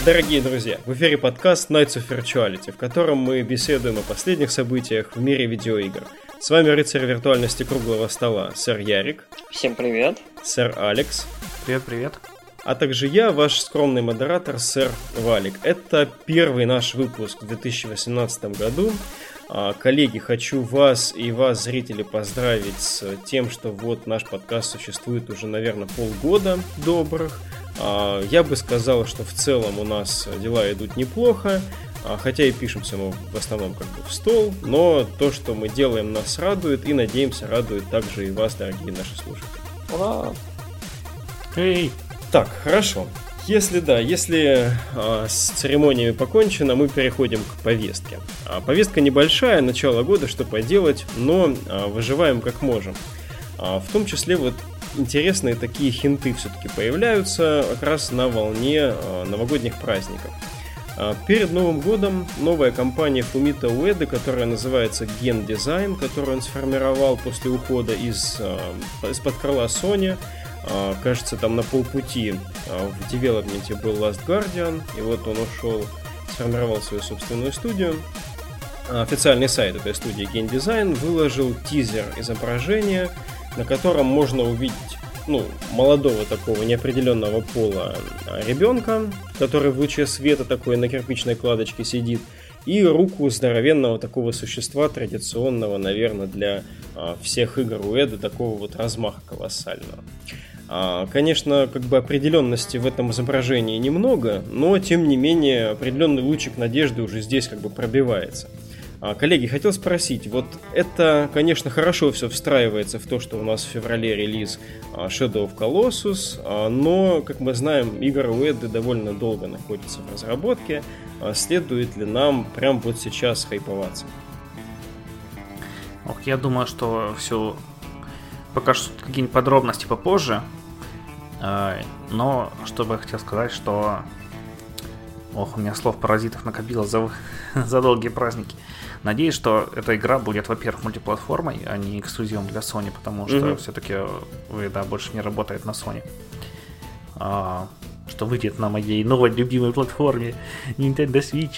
Дорогие друзья, в эфире подкаст Nights of Virtuality, в котором мы беседуем о последних событиях в мире видеоигр. С вами рыцарь виртуальности круглого стола, сэр Ярик. Всем привет. Сэр Алекс. Привет. А также я, ваш скромный модератор, сэр Валик. Это первый наш выпуск в 2018 году. Коллеги, хочу вас и вас, зрители, поздравить с тем, что вот наш подкаст существует уже, наверное, полгода добрых. Я бы сказал, что в целом у нас дела идут неплохо, хотя и пишемся мы в основном как бы в стол, но то, что мы делаем, нас радует, и, надеемся, радует также и вас, дорогие наши слушатели. Ура! Эй! Так, хорошо. Если с церемониями покончено, мы переходим к повестке. Повестка небольшая, начало года, что поделать, но выживаем как можем. В том числе вот интересные такие хинты все-таки появляются как раз на волне новогодних праздников. Перед Новым годом новая компания Fumito Ueda, которая называется Gen Design, которую он сформировал после ухода из-под крыла Sony. Кажется, там на полпути в девелопменте был Last Guardian, и вот он ушел, сформировал свою собственную студию. Официальный сайт этой студии Gen Design выложил тизер изображения, на котором можно увидеть молодого такого неопределенного пола ребенка, который в луче света такой на кирпичной кладочке сидит, и руку здоровенного такого существа, традиционного, наверное, для всех игр Уэда, такого вот размаха колоссального. Конечно, как бы определенности в этом изображении немного, но, тем не менее, определенный лучик надежды уже здесь как бы пробивается. Коллеги, хотел спросить, вот это, конечно, хорошо все встраивается в то, что у нас в феврале релиз Shadow of Colossus, но, как мы знаем, игры Уэда довольно долго находятся в разработке. Следует ли нам прямо вот сейчас хайповаться? Я думаю, что все пока что какие-нибудь подробности попозже. Но что бы я хотел сказать, что у меня слов паразитов накопилось за долгие праздники. Надеюсь, что эта игра будет, во-первых, мультиплатформой, а не эксклюзивом для Sony, потому что все-таки Ueda больше не работает на Sony. Что выйдет на моей новой любимой платформе Nintendo Switch.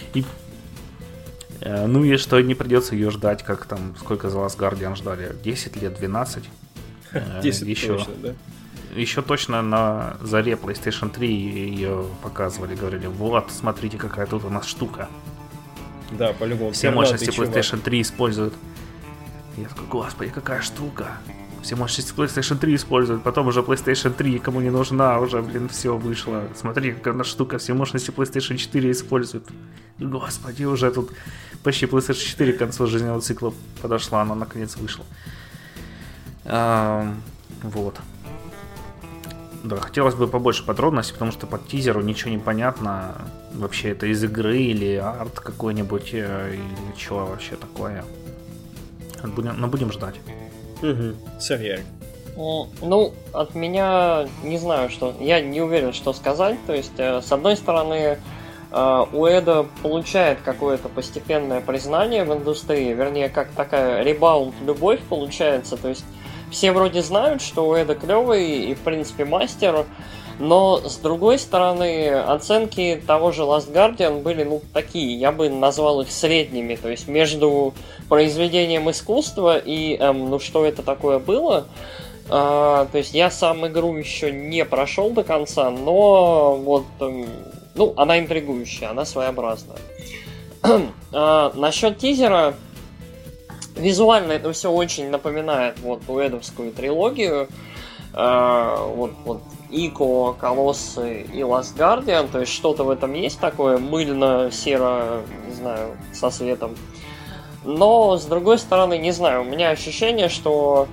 И что не придется ее ждать, как там, сколько за Last Guardian ждали? 10 лет, 12? 10 еще, точно, да? Еще точно на заре PlayStation 3 ее показывали, говорили, вот, смотрите, какая тут у нас штука. Да, по-любому. Все мощности PlayStation 3 используют. Я такой, господи, какая штука. Все мощности PlayStation 3 используют, потом уже PlayStation 3 кому не нужна, уже, все вышло. Смотри, какая она штука, все мощности PlayStation 4 используют. Господи, уже тут почти PlayStation 4 к концу жизненного цикла подошла, она наконец вышла. Вот. Да, хотелось бы побольше подробностей, потому что по тизеру ничего не понятно. Вообще это из игры или арт какой-нибудь, или что вообще такое. Будем ждать. Сэр Ярик. От меня не знаю, что... Я не уверен, что сказать. То есть, с одной стороны, Уэда получает какое-то постепенное признание в индустрии. Вернее, как такая ребаунд-любовь получается. То есть, все вроде знают, что Уэда клевый и, в принципе, мастер. Но, с другой стороны, оценки того же Last Guardian были, такие, я бы назвал их средними. То есть, между произведением искусства и, что это такое было. То есть, я сам игру еще не прошел до конца, но вот, она интригующая, она своеобразная. Насчет тизера, визуально это все очень напоминает уэдовскую трилогию. Ико, Колоссы и Last Guardian, то есть что-то в этом есть такое мыльно-серо, не знаю, со светом. Но, с другой стороны, не знаю, у меня ощущение, что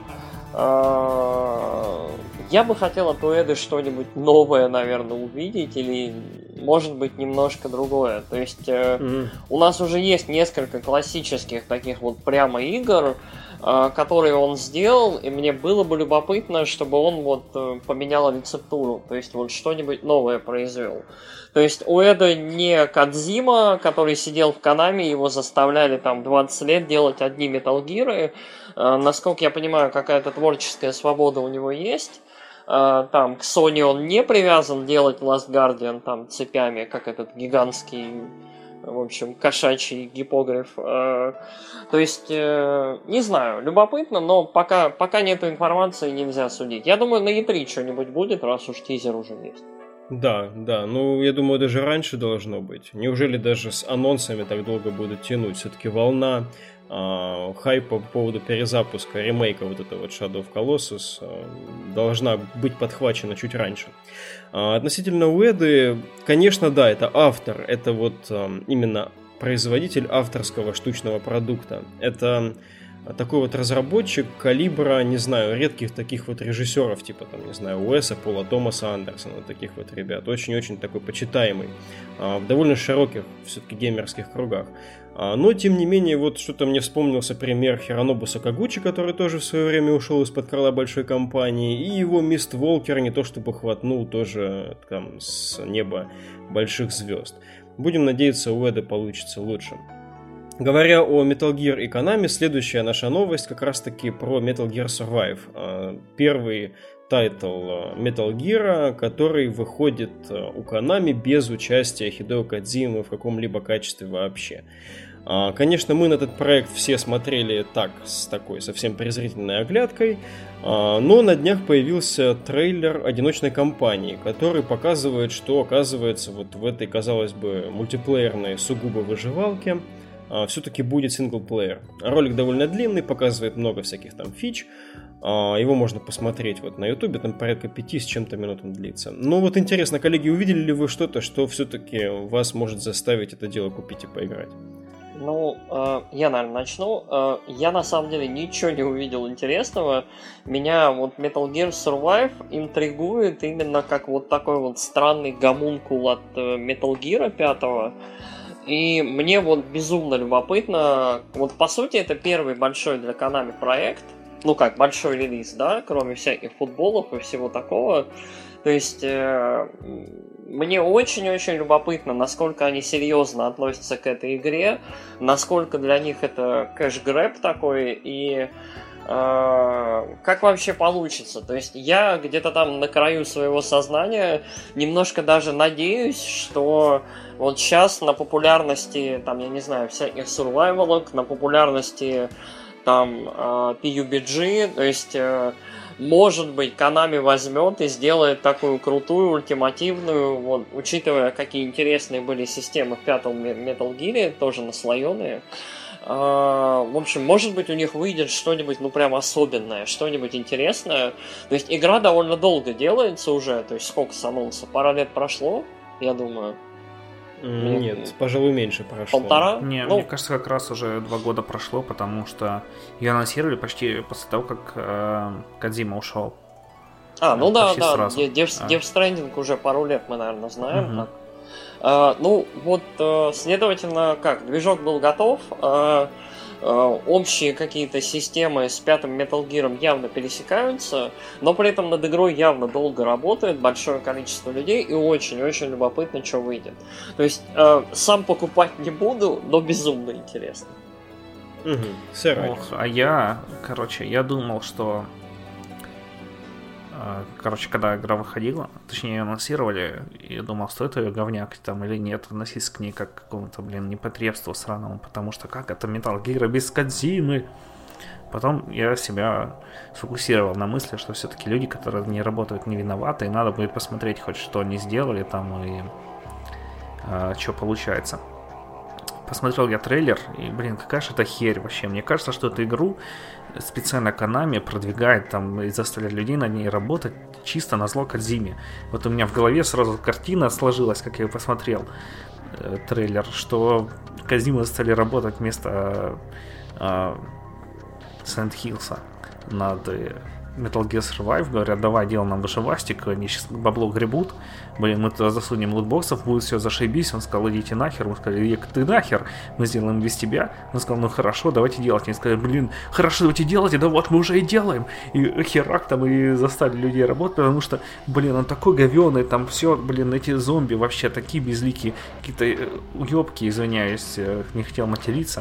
я бы хотел от Уэды что-нибудь новое, наверное, увидеть, или, может быть, немножко другое. То есть у нас уже есть несколько классических таких прямо игр, которые он сделал, и мне было бы любопытно, чтобы он поменял рецептуру, то есть что-нибудь новое произвел. То есть Уэда не Кодзима, который сидел в Konami, его заставляли 20 лет делать одни Metal Gear. Насколько я понимаю, какая-то творческая свобода у него есть. там к Sony он не привязан делать Last Guardian там цепями, как этот гигантский, в общем, кошачий гипогриф. То есть, не знаю, любопытно, но пока нету информации, нельзя судить. Я думаю, на E3 что-нибудь будет, раз уж тизер уже есть. Да, ну, я думаю, даже раньше должно быть. Неужели даже с анонсами так долго будут тянуть? Все-таки волна хайпа по поводу перезапуска, ремейка вот этого вот Shadow of Colossus должна быть подхвачена чуть раньше. Относительно Уэды, конечно, да, это автор, это вот именно производитель авторского штучного продукта. Это такой вот разработчик калибра, не знаю, редких таких вот режиссеров, типа там, не знаю, Уэса, Пола Томаса Андерсона, таких вот ребят. Очень-очень такой почитаемый, в довольно широких все-таки геймерских кругах. Но, тем не менее, вот что-то мне вспомнился пример Хиронобу Сакагучи, который тоже в свое время ушел из-под крыла большой компании, и его Мист Волкер не то чтобы хватнул тоже там с неба больших звезд. Будем надеяться, у Уэда получится лучше. Говоря о Metal Gear и Konami, следующая наша новость как раз-таки про Metal Gear Survive. Первый тайтл Metal Gear, который выходит у Konami без участия Хидео Кодзимы в каком-либо качестве вообще. Конечно, мы на этот проект все смотрели так, с такой совсем презрительной оглядкой, но на днях появился трейлер одиночной кампании, который показывает, что, оказывается, вот в этой, казалось бы, мультиплеерной сугубо выживалке все-таки будет синглплеер. Ролик довольно длинный, показывает много всяких там фич. Его можно посмотреть вот на ютубе, там порядка 5 с чем-то минут он длится. Ну вот интересно, коллеги, увидели ли вы что-то, что все-таки вас может заставить это дело купить и поиграть? Ну, я, наверное, начну. Я, на самом деле, ничего не увидел интересного. Меня вот Metal Gear Survive интригует именно как вот такой вот странный гомункул от Metal Gear 5. И мне вот безумно любопытно. Вот, по сути, это первый большой для Konami проект. Ну, как, большой релиз, да, кроме всяких футболов и всего такого. То есть, мне очень-очень любопытно, насколько они серьезно относятся к этой игре, насколько для них это кэш-грэб такой, и как вообще получится. То есть, я где-то там на краю своего сознания немножко даже надеюсь, что вот сейчас на популярности, там, я не знаю, всяких сурвайвалок, на популярности там PUBG, то есть может быть, Konami возьмет и сделает такую крутую, ультимативную, вот, учитывая, какие интересные были системы в пятом Metal Gear, тоже наслоенные. В общем, может быть, у них выйдет что-нибудь, ну, прям особенное, что-нибудь интересное. То есть, игра довольно долго делается уже, то есть, сколько с анонса? Пара лет прошло, я думаю. Нет, пожалуй, меньше прошло. Полтора? Не, мне кажется, как раз уже 2 года прошло, потому что ее анонсировали почти после того, как Кодзима ушел. Ну да, сразу. Death Stranding уже пару лет мы, наверное, знаем. Ну, вот, следовательно, как, движок был готов, общие какие-то системы с пятым Metal Gear явно пересекаются, но при этом над игрой явно долго работает большое количество людей, и очень-очень любопытно, что выйдет. То есть, сам покупать не буду, но безумно интересно. Я думал, что когда игра выходила, точнее, ее анонсировали, я думал, стоит ее говняк там или нет, относиться к ней как к какому-то, непотребству сраному, потому что как это Metal Gear без Кодзимы? Потом я себя сфокусировал на мысли, что все-таки люди, которые не работают, не виноваты, и надо будет посмотреть хоть что они сделали там и что получается. Посмотрел я трейлер, и, какая же это херь вообще. Мне кажется, что эту игру специально Konami продвигает там и заставляет людей над ней работать чисто назло Кодзиме. Вот у меня в голове сразу картина сложилась, как я посмотрел трейлер, что Кодзиму заставили работать вместо Silent Hills'а над Metal Gear Survive, говорят, давай делаем нам выживастик, они сейчас бабло гребут, мы туда засунем лутбоксов, будет все зашибись. Он сказал, идите нахер. Мы сказали, ты нахер, мы сделаем без тебя. Он сказал, ну хорошо, давайте делать. Они сказали, хорошо, давайте делайте, да вот мы уже и делаем. И херак там и заставили людей работать, потому что, он такой говёный, там все, эти зомби вообще такие безликие, какие-то уёбки, извиняюсь, не хотел материться.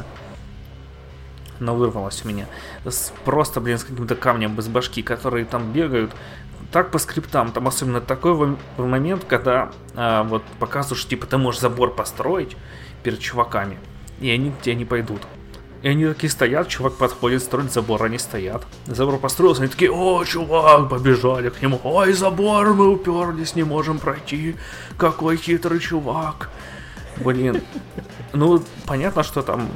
Но вырвалось у меня. Просто, с каким-то камнем без башки, которые там бегают, так по скриптам, там особенно такой момент, когда вот показывают, что типа ты можешь забор построить перед чуваками, и они к тебе не пойдут. И они такие стоят, чувак подходит, строит забор, они стоят. Забор построился, они такие: о, чувак, побежали к нему. Ой, забор, мы уперлись, не можем пройти. Какой хитрый чувак. Блин. Ну, понятно, что там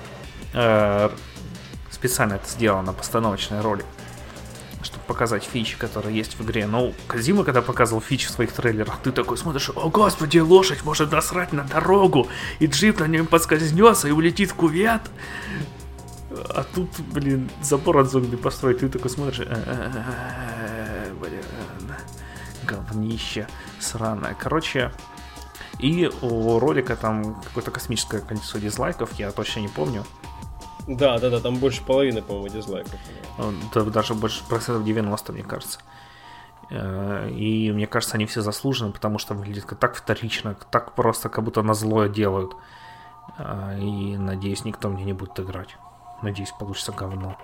специально это сделано, постановочный ролик, чтобы показать фичи, которые есть в игре. Но Кодзима, когда показывал фичи в своих трейлерах, ты такой смотришь: о господи, лошадь может насрать на дорогу, и джип на нем подскользнется и улетит в кувет. А тут, блин, забор от зомби построить, ты такой смотришь: блин, говнище сраное. Короче, и у ролика там какое-то космическое количество дизлайков, я точно не помню. Да, там больше половины, по-моему, дизлайков. Да, даже больше, 90%, мне кажется. И мне кажется, они все заслужены, потому что выглядит так вторично, так просто, как будто на злое делают. И надеюсь, никто мне не будет играть. Надеюсь, получится говно.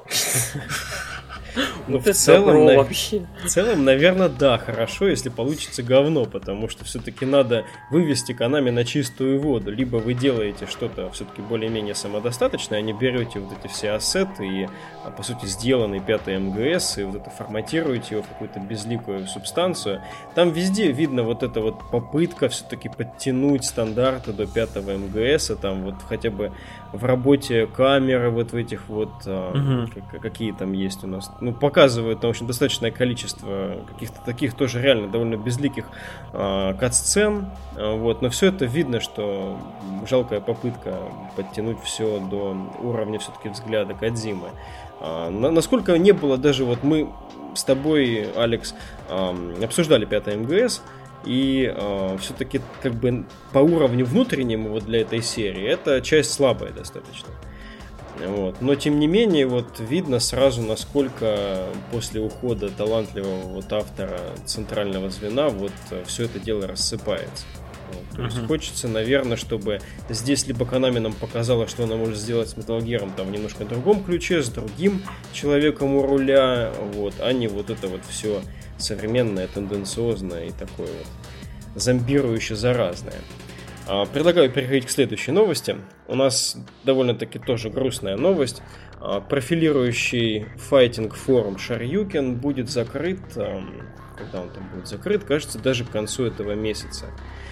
Ну, в целом, наверное, да, хорошо, если получится говно, потому что все-таки надо вывести Konami на чистую воду. Либо вы делаете что-то все-таки более-менее самодостаточное, а не берете вот эти все ассеты и, по сути, сделанный 5-й МГС, и вот это форматируете его в какую-то безликую субстанцию. Там везде видно вот эта вот попытка все-таки подтянуть стандарты до 5-го МГС, там вот хотя бы в работе камеры вот в этих вот, какие там есть у нас. Ну, показывают, в общем, достаточное количество каких-то таких тоже реально довольно безликих кат-сцен. Вот. Но все это видно, что жалкая попытка подтянуть все до уровня все-таки взгляда Кодзимы. Насколько не было даже вот мы с тобой, Алекс, обсуждали 5-й МГС, и все-таки как бы по уровню внутреннему вот для этой серии эта часть слабая достаточно. Вот. Но тем не менее вот видно сразу, насколько после ухода талантливого вот автора центрального звена вот все это дело рассыпается. Вот. То есть хочется, наверное, чтобы здесь либо Konami нам показала, что она может сделать с Metal Gear там в немножко другом ключе, с другим человеком у руля, вот, а не вот это вот все современное, тенденциозное и такое вот зомбирующее, заразное. Предлагаю переходить к следующей новости. У нас довольно-таки тоже грустная новость. Профилирующий файтинг-форум Shoryuken будет закрыт. Когда он там будет закрыт? Кажется, даже к концу этого месяца.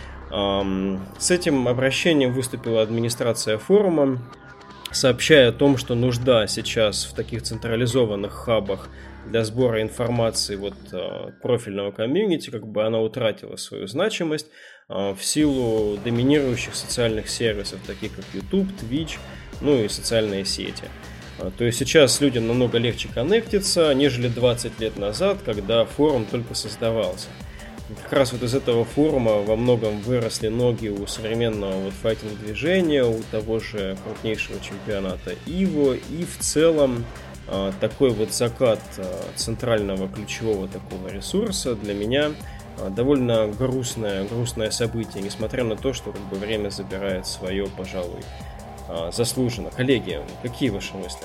С этим обращением выступила администрация форума, сообщая о том, что нужда сейчас в таких централизованных хабах для сбора информации вот профильного комьюнити, как бы она утратила свою значимость в силу доминирующих социальных сервисов, таких как YouTube, Twitch, ну и социальные сети. То есть сейчас людям намного легче коннектиться, нежели 20 лет назад, когда форум только создавался. Как раз вот из этого форума во многом выросли ноги у современного вот файтинг-движения, у того же крупнейшего чемпионата EVO, и в целом такой вот закат центрального ключевого такого ресурса для меня довольно грустное событие, несмотря на то, что как бы время забирает свое, пожалуй, заслуженно. Коллеги, какие ваши мысли?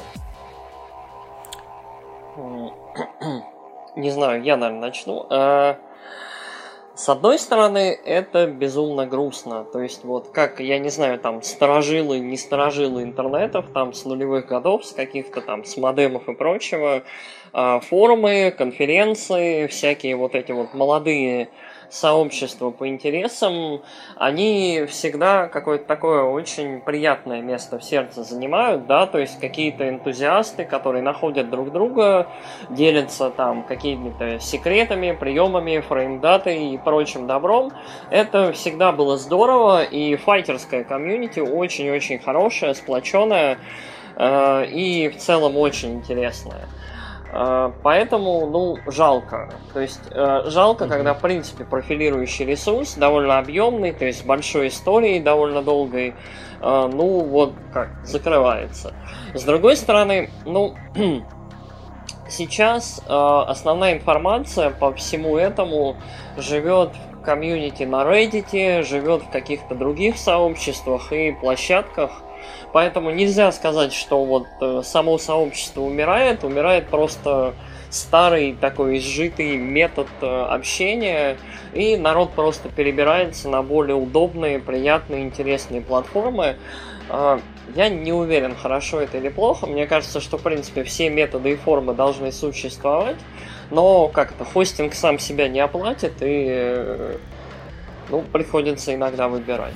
Не знаю, я, наверное, начну. С одной стороны, это безумно грустно. То есть, вот как, я не знаю, там, старожилы, не старожилы интернетов, там, с нулевых годов, с каких-то там, с модемов и прочего, форумы, конференции, всякие вот эти вот молодые сообщества по интересам, они всегда какое-то такое очень приятное место в сердце занимают, да, то есть какие-то энтузиасты, которые находят друг друга, делятся там какими-то секретами, приемами, фреймдатой и прочим добром. Это всегда было здорово, и файтерская комьюнити очень-очень хорошая, сплоченная и в целом очень интересная. Поэтому, ну, жалко. То есть, жалко, когда, в принципе, профилирующий ресурс довольно объемный, то есть с большой историей, довольно долгой, ну, вот как, закрывается. С другой стороны, ну, сейчас основная информация по всему этому живет в комьюнити на Reddit, живет в каких-то других сообществах и площадках. Поэтому нельзя сказать, что вот само сообщество умирает просто старый такой изжитый метод общения, и народ просто перебирается на более удобные, приятные, интересные платформы. Я не уверен, хорошо это или плохо. Мне кажется, что, в принципе, все методы и формы должны существовать, но как-то хостинг сам себя не оплатит, и приходится иногда выбирать.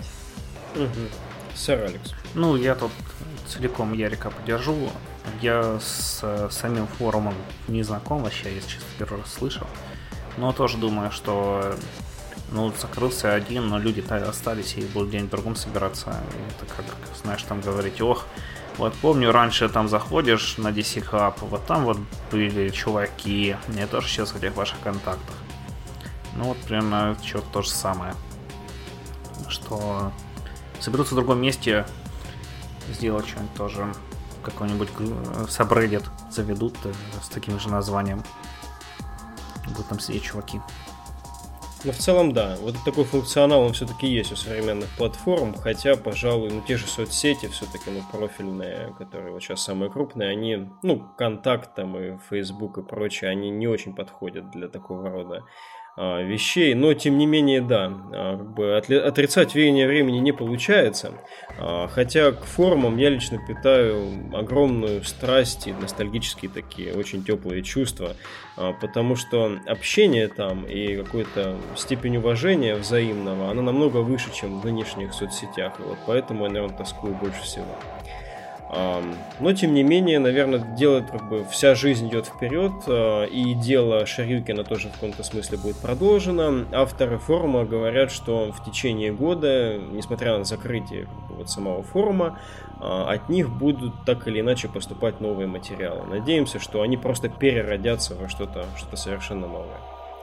Сэр Алекс. Я тут целиком Ярика поддержу. Я с самим форумом не знаком вообще, если честно, первый раз слышал. Но тоже думаю, что закрылся один, но люди-то остались и будут где-нибудь в другом собираться. И это как, знаешь, там говорить, вот помню, раньше там заходишь на DC Hub, вот там вот были чуваки, я тоже сейчас в этих ваших контактах. Примерно что-то то же самое. Что соберутся в другом месте, сделать что-нибудь тоже, какой-нибудь сабреддит заведут с таким же названием. Будут там сидеть чуваки. В целом, да. Вот такой функционал, он все-таки есть у современных платформ, хотя, пожалуй, те же соцсети все-таки, профильные, которые вот сейчас самые крупные, они, Контакт там и Facebook и прочее, они не очень подходят для такого рода вещей, но тем не менее, да, отрицать веяние времени не получается, хотя к форумам я лично питаю огромную страсть и ностальгические такие очень теплые чувства, потому что общение там и какой-то степень уважения взаимного, она намного выше, чем в нынешних соцсетях, и вот поэтому я, наверное, тоскую больше всего. Но, тем не менее, наверное, вся жизнь идет вперед, и дело Шарюкина тоже в каком-то смысле будет продолжено. Авторы форума говорят, что в течение года, несмотря на закрытие самого форума, от них будут так или иначе поступать новые материалы. Надеемся, что они просто переродятся во что-то совершенно новое.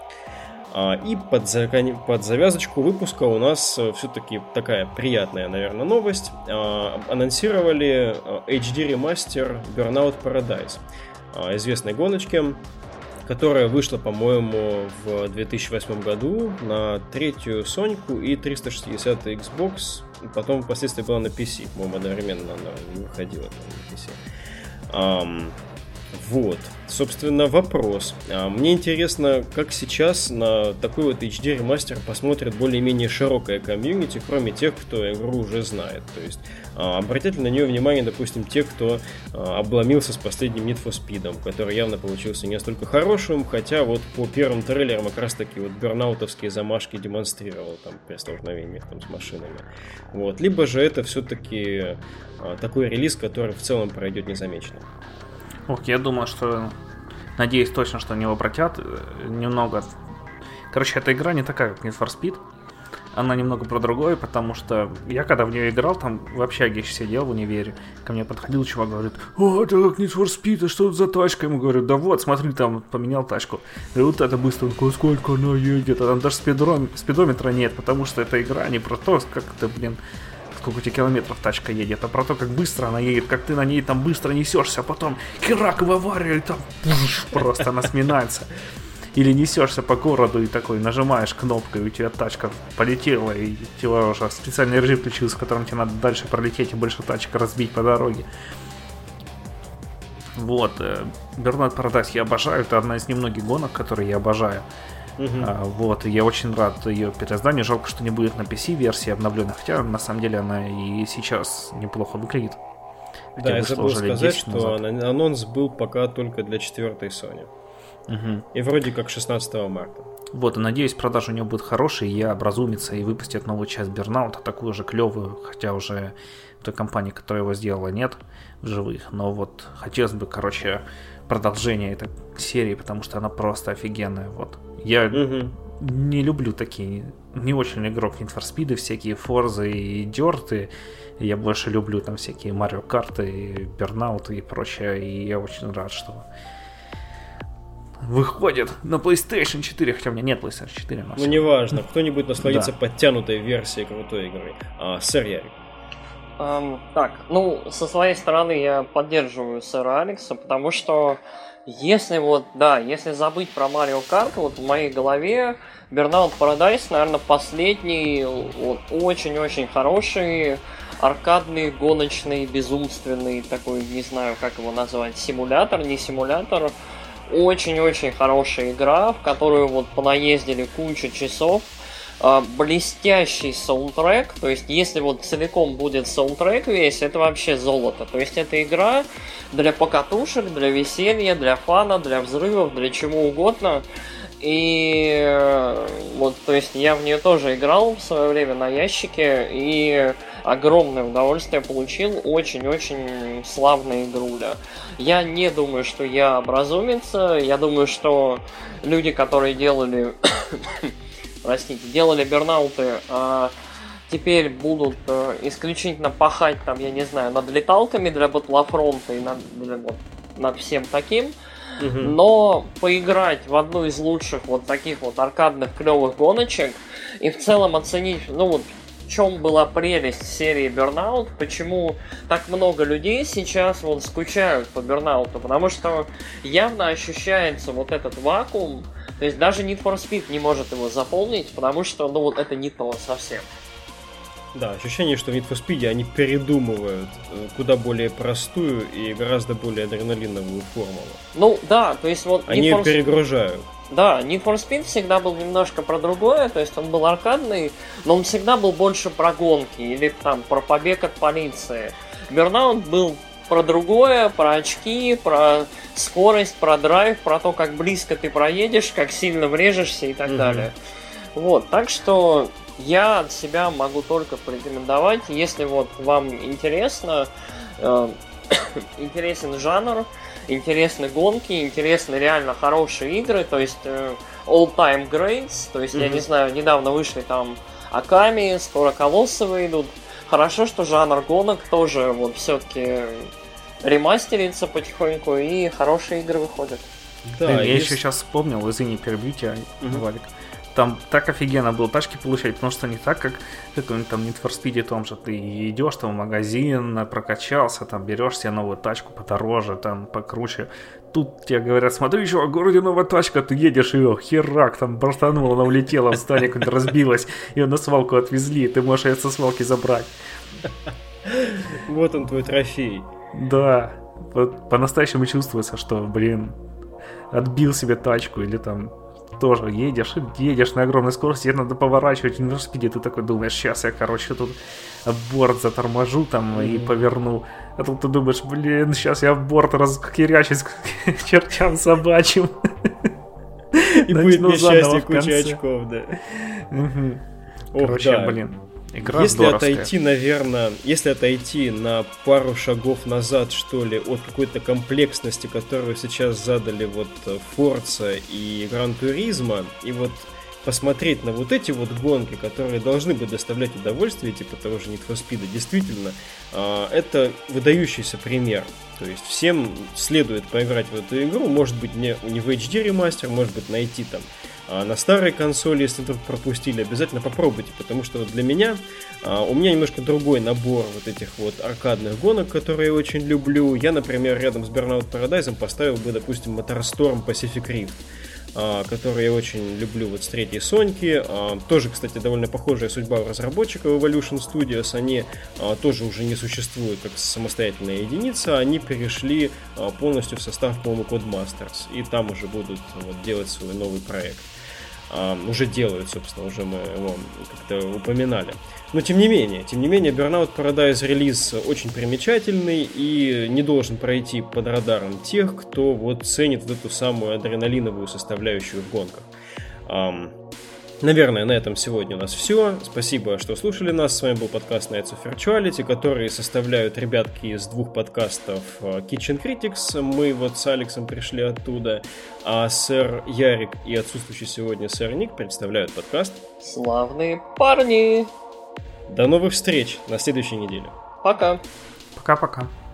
И под завязочку выпуска у нас все-таки такая приятная, наверное, новость. Анонсировали HD ремастер Burnout Paradise, известной гоночки, которая вышла, по-моему, в 2008 году на третью Соньку и 360 Xbox. Потом впоследствии была на PC, по-моему, одновременно она выходила на PC. Вот, собственно, вопрос. Мне интересно, как сейчас на такой вот HD ремастер посмотрит более-менее широкая комьюнити, кроме тех, кто игру уже знает. То есть обратят ли на нее внимание, допустим, те, кто обломился с последним Need for Speed, который явно получился не настолько хорошим, хотя вот по первым трейлерам как раз таки вот бернаутовские замашки демонстрировал там при столкновениях там с машинами. Вот. Либо же это все-таки такой релиз, который в целом пройдет незамеченным. Я думаю, что... Надеюсь точно, что они его обратят немного. Короче, эта игра не такая, как Need for Speed. Она немного про другое, потому что я когда в нее играл, там в общаге сидел в универе, ко мне подходил чувак, говорит: это как Need for Speed, а что это за тачка? Ему говорю: да вот, смотри, там поменял тачку. И вот это быстро, он такой: сколько она едет? А там даже спидометра нет, потому что эта игра не про то, как ты, сколько у тебя километров тачка едет, а про то, как быстро она едет, как ты на ней там быстро несешься, а потом херак в аварию, и там просто она сминается. Или несешься по городу и такой нажимаешь кнопкой, и у тебя тачка полетела, и у тебя уже специальный режим включился, в котором тебе надо дальше пролететь и больше тачек разбить по дороге. Вот, Burnout Paradise я обожаю, это одна из немногих гонок, которые я обожаю. Вот, и я очень рад ее переизданию. Жалко, что не будет на PC-версии обновленной, хотя на самом деле она и сейчас неплохо выглядит. Хотя да, я забыл сказать, что анонс был пока только для 4-й Sony. И вроде как 16 марта. Вот, и надеюсь, продажа у нее будет хорошая, и образумится и выпустит новую часть Burnout, такую же клевую, хотя уже той компании, которая его сделала, нет в живых. Но вот хотелось бы, продолжение этой серии, потому что она просто офигенная. Вот. Я не люблю такие, не очень игрок Need for Speed, всякие Forza и Dirt. Я больше люблю там всякие Mario Kart и Burnout и прочее. И я очень рад, что выходит на PlayStation 4, хотя у меня нет PlayStation 4. Неважно, кто-нибудь насладится подтянутой версией крутой игры. Сэр Ярик. Так, со своей стороны я поддерживаю сэра Алекса, потому что если забыть про Mario Kart, вот в моей голове Burnout Paradise, наверное, последний очень-очень хороший аркадный, гоночный, безумственный такой, не знаю, как его назвать, симулятор, не симулятор, очень-очень хорошая игра, в которую вот понаездили кучу часов. Блестящий саундтрек, то есть если вот целиком будет саундтрек весь, это вообще золото. То есть это игра для покатушек, для веселья, для фана, для взрывов, для чего угодно. И вот, то есть я в нее тоже играл в свое время на ящике и огромное удовольствие получил. Очень-очень славная игруля. Я не думаю, что я образумец. Я думаю, что люди, которые делали бернауты, теперь будут исключительно пахать там, я не знаю, над леталками для батлофронта и над всем таким. Но поиграть в одну из лучших вот таких вот аркадных клевых гоночек и в целом оценить, ну вот, в чем была прелесть серии Burnout, почему так много людей сейчас вот скучают по Burnout, потому что явно ощущается вот этот вакуум, то есть даже Need for Speed не может его заполнить, потому что, ну вот, это не то совсем. Да, ощущение, что в Need for Speed они передумывают куда более простую и гораздо более адреналиновую формулу. Ну да, то есть вот... Они ее перегружают. Да, Need for Speed всегда был немножко про другое, то есть он был аркадный, но он всегда был больше про гонки или там про побег от полиции. Burnout был про другое, про очки, про скорость, про драйв, про то, как близко ты проедешь, как сильно врежешься и так далее. Вот, так что я от себя могу только порекомендовать, если вот вам интересно, интересен жанр, интересны гонки, интересны реально хорошие игры, то есть all-time greats, то есть, я не знаю, недавно вышли там Аками, скоро Колоссы выйдут. Хорошо, что жанр гонок тоже вот все-таки ремастерится потихоньку, и хорошие игры выходят. Да, я еще сейчас вспомнил, извини, перебью тебя, Валик. Там так офигенно было тачки получать, потому что не так, как какой-нибудь там Need for Speed, том же ты идешь там в магазин, прокачался, там берешь себе новую тачку подороже, там покруче. Тут тебе говорят, смотри, еще в городе новая тачка, ты едешь ее, херак, там бортанула, она улетела, в здание какое-то разбилась, ее на свалку отвезли, ты можешь ее со свалки забрать. Вот он твой трофей. Да, вот по-настоящему чувствуется, что, блин, отбил себе тачку или там тоже едешь на огромной скорости, тебе надо поворачивать в Need for Speed, ты такой думаешь, сейчас я, короче, тут борт заторможу там и поверну, а тут ты думаешь, блин, сейчас я борт раскирячусь к чертям собачьим. И будет несчастье, куча очков, да. Короче, блин. Если отойти, наверное, на пару шагов назад, что ли, от какой-то комплексности, которую сейчас задали вот Forza и Gran Turismo, и вот посмотреть на вот эти вот гонки, которые должны бы доставлять удовольствие, типа того же Need for Speed, действительно, это выдающийся пример. То есть всем следует поиграть в эту игру, может быть не в HD ремастер, может быть найти там на старой консоли, если вдруг пропустили, обязательно попробуйте, потому что для меня, у меня немножко другой набор вот этих вот аркадных гонок, которые я очень люблю. Я, например, рядом с Burnout Paradise поставил бы, допустим, MotorStorm Pacific Rift, который я очень люблю вот с третьей Соньки. Тоже, кстати, довольно похожая судьба у разработчиков Evolution Studios. Они тоже уже не существуют как самостоятельная единица. Они перешли полностью в состав, по-моему, Codemasters. И там уже будут вот делать свой новый проект. Уже делают, собственно, уже мы его как-то упоминали. Но тем не менее, Burnout Paradise релиз очень примечательный и не должен пройти под радаром тех, кто вот ценит вот эту самую адреналиновую составляющую в гонках. Наверное, на этом сегодня у нас все. Спасибо, что слушали нас. С вами был подкаст Nights of Virtuality, который составляют ребятки из двух подкастов Kitchen Critics. Мы вот с Алексом пришли оттуда, а сэр Ярик и отсутствующий сегодня сэр Ник представляют подкаст Славные парни. До новых встреч на следующей неделе. Пока. Пока-пока.